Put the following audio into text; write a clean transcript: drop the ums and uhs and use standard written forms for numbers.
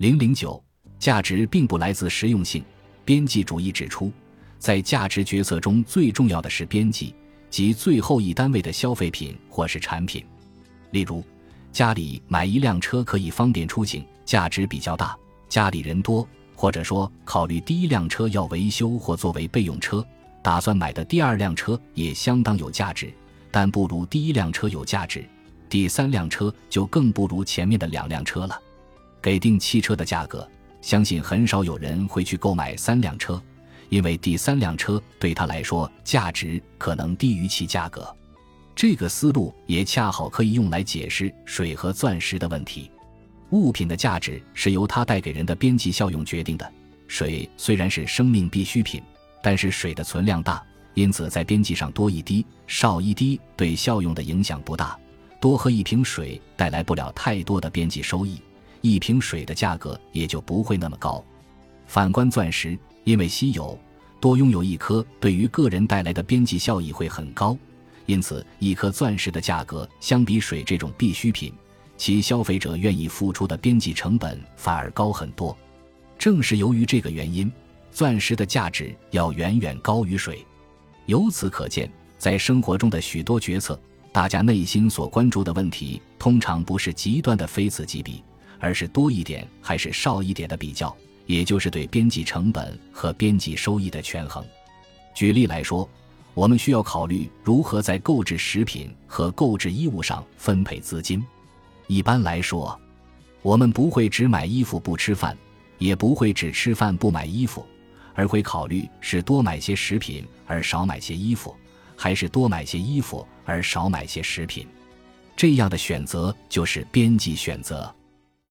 009价值并不来自实用性。边际主义指出，在价值决策中最重要的是边际，即最后一单位的消费品或是产品。例如，家里买一辆车可以方便出行，价值比较大，家里人多，或者说考虑第一辆车要维修或作为备用车，打算买的第二辆车也相当有价值，但不如第一辆车有价值，第三辆车就更不如前面的2辆车了。给定汽车的价格，相信很少有人会去购买3辆车，因为第3辆车对他来说价值可能低于其价格。这个思路也恰好可以用来解释水和钻石的问题。物品的价值是由它带给人的边际效用决定的。水虽然是生命必需品，但是水的存量大，因此在边际上多一滴少一滴对效用的影响不大。多喝一瓶水带来不了太多的边际收益，一瓶水的价格也就不会那么高。反观钻石，因为稀有，多拥有一颗对于个人带来的边际效益会很高，因此一颗钻石的价格相比水这种必需品，其消费者愿意付出的边际成本反而高很多。正是由于这个原因，钻石的价值要远远高于水。由此可见，在生活中的许多决策，大家内心所关注的问题通常不是极端的非此即彼，而是多一点还是少一点的比较，也就是对边际成本和边际收益的权衡。举例来说，我们需要考虑如何在购置食品和购置衣物上分配资金。一般来说，我们不会只买衣服不吃饭，也不会只吃饭不买衣服，而会考虑是多买些食品而少买些衣服，还是多买些衣服而少买些食品。这样的选择就是边际选择。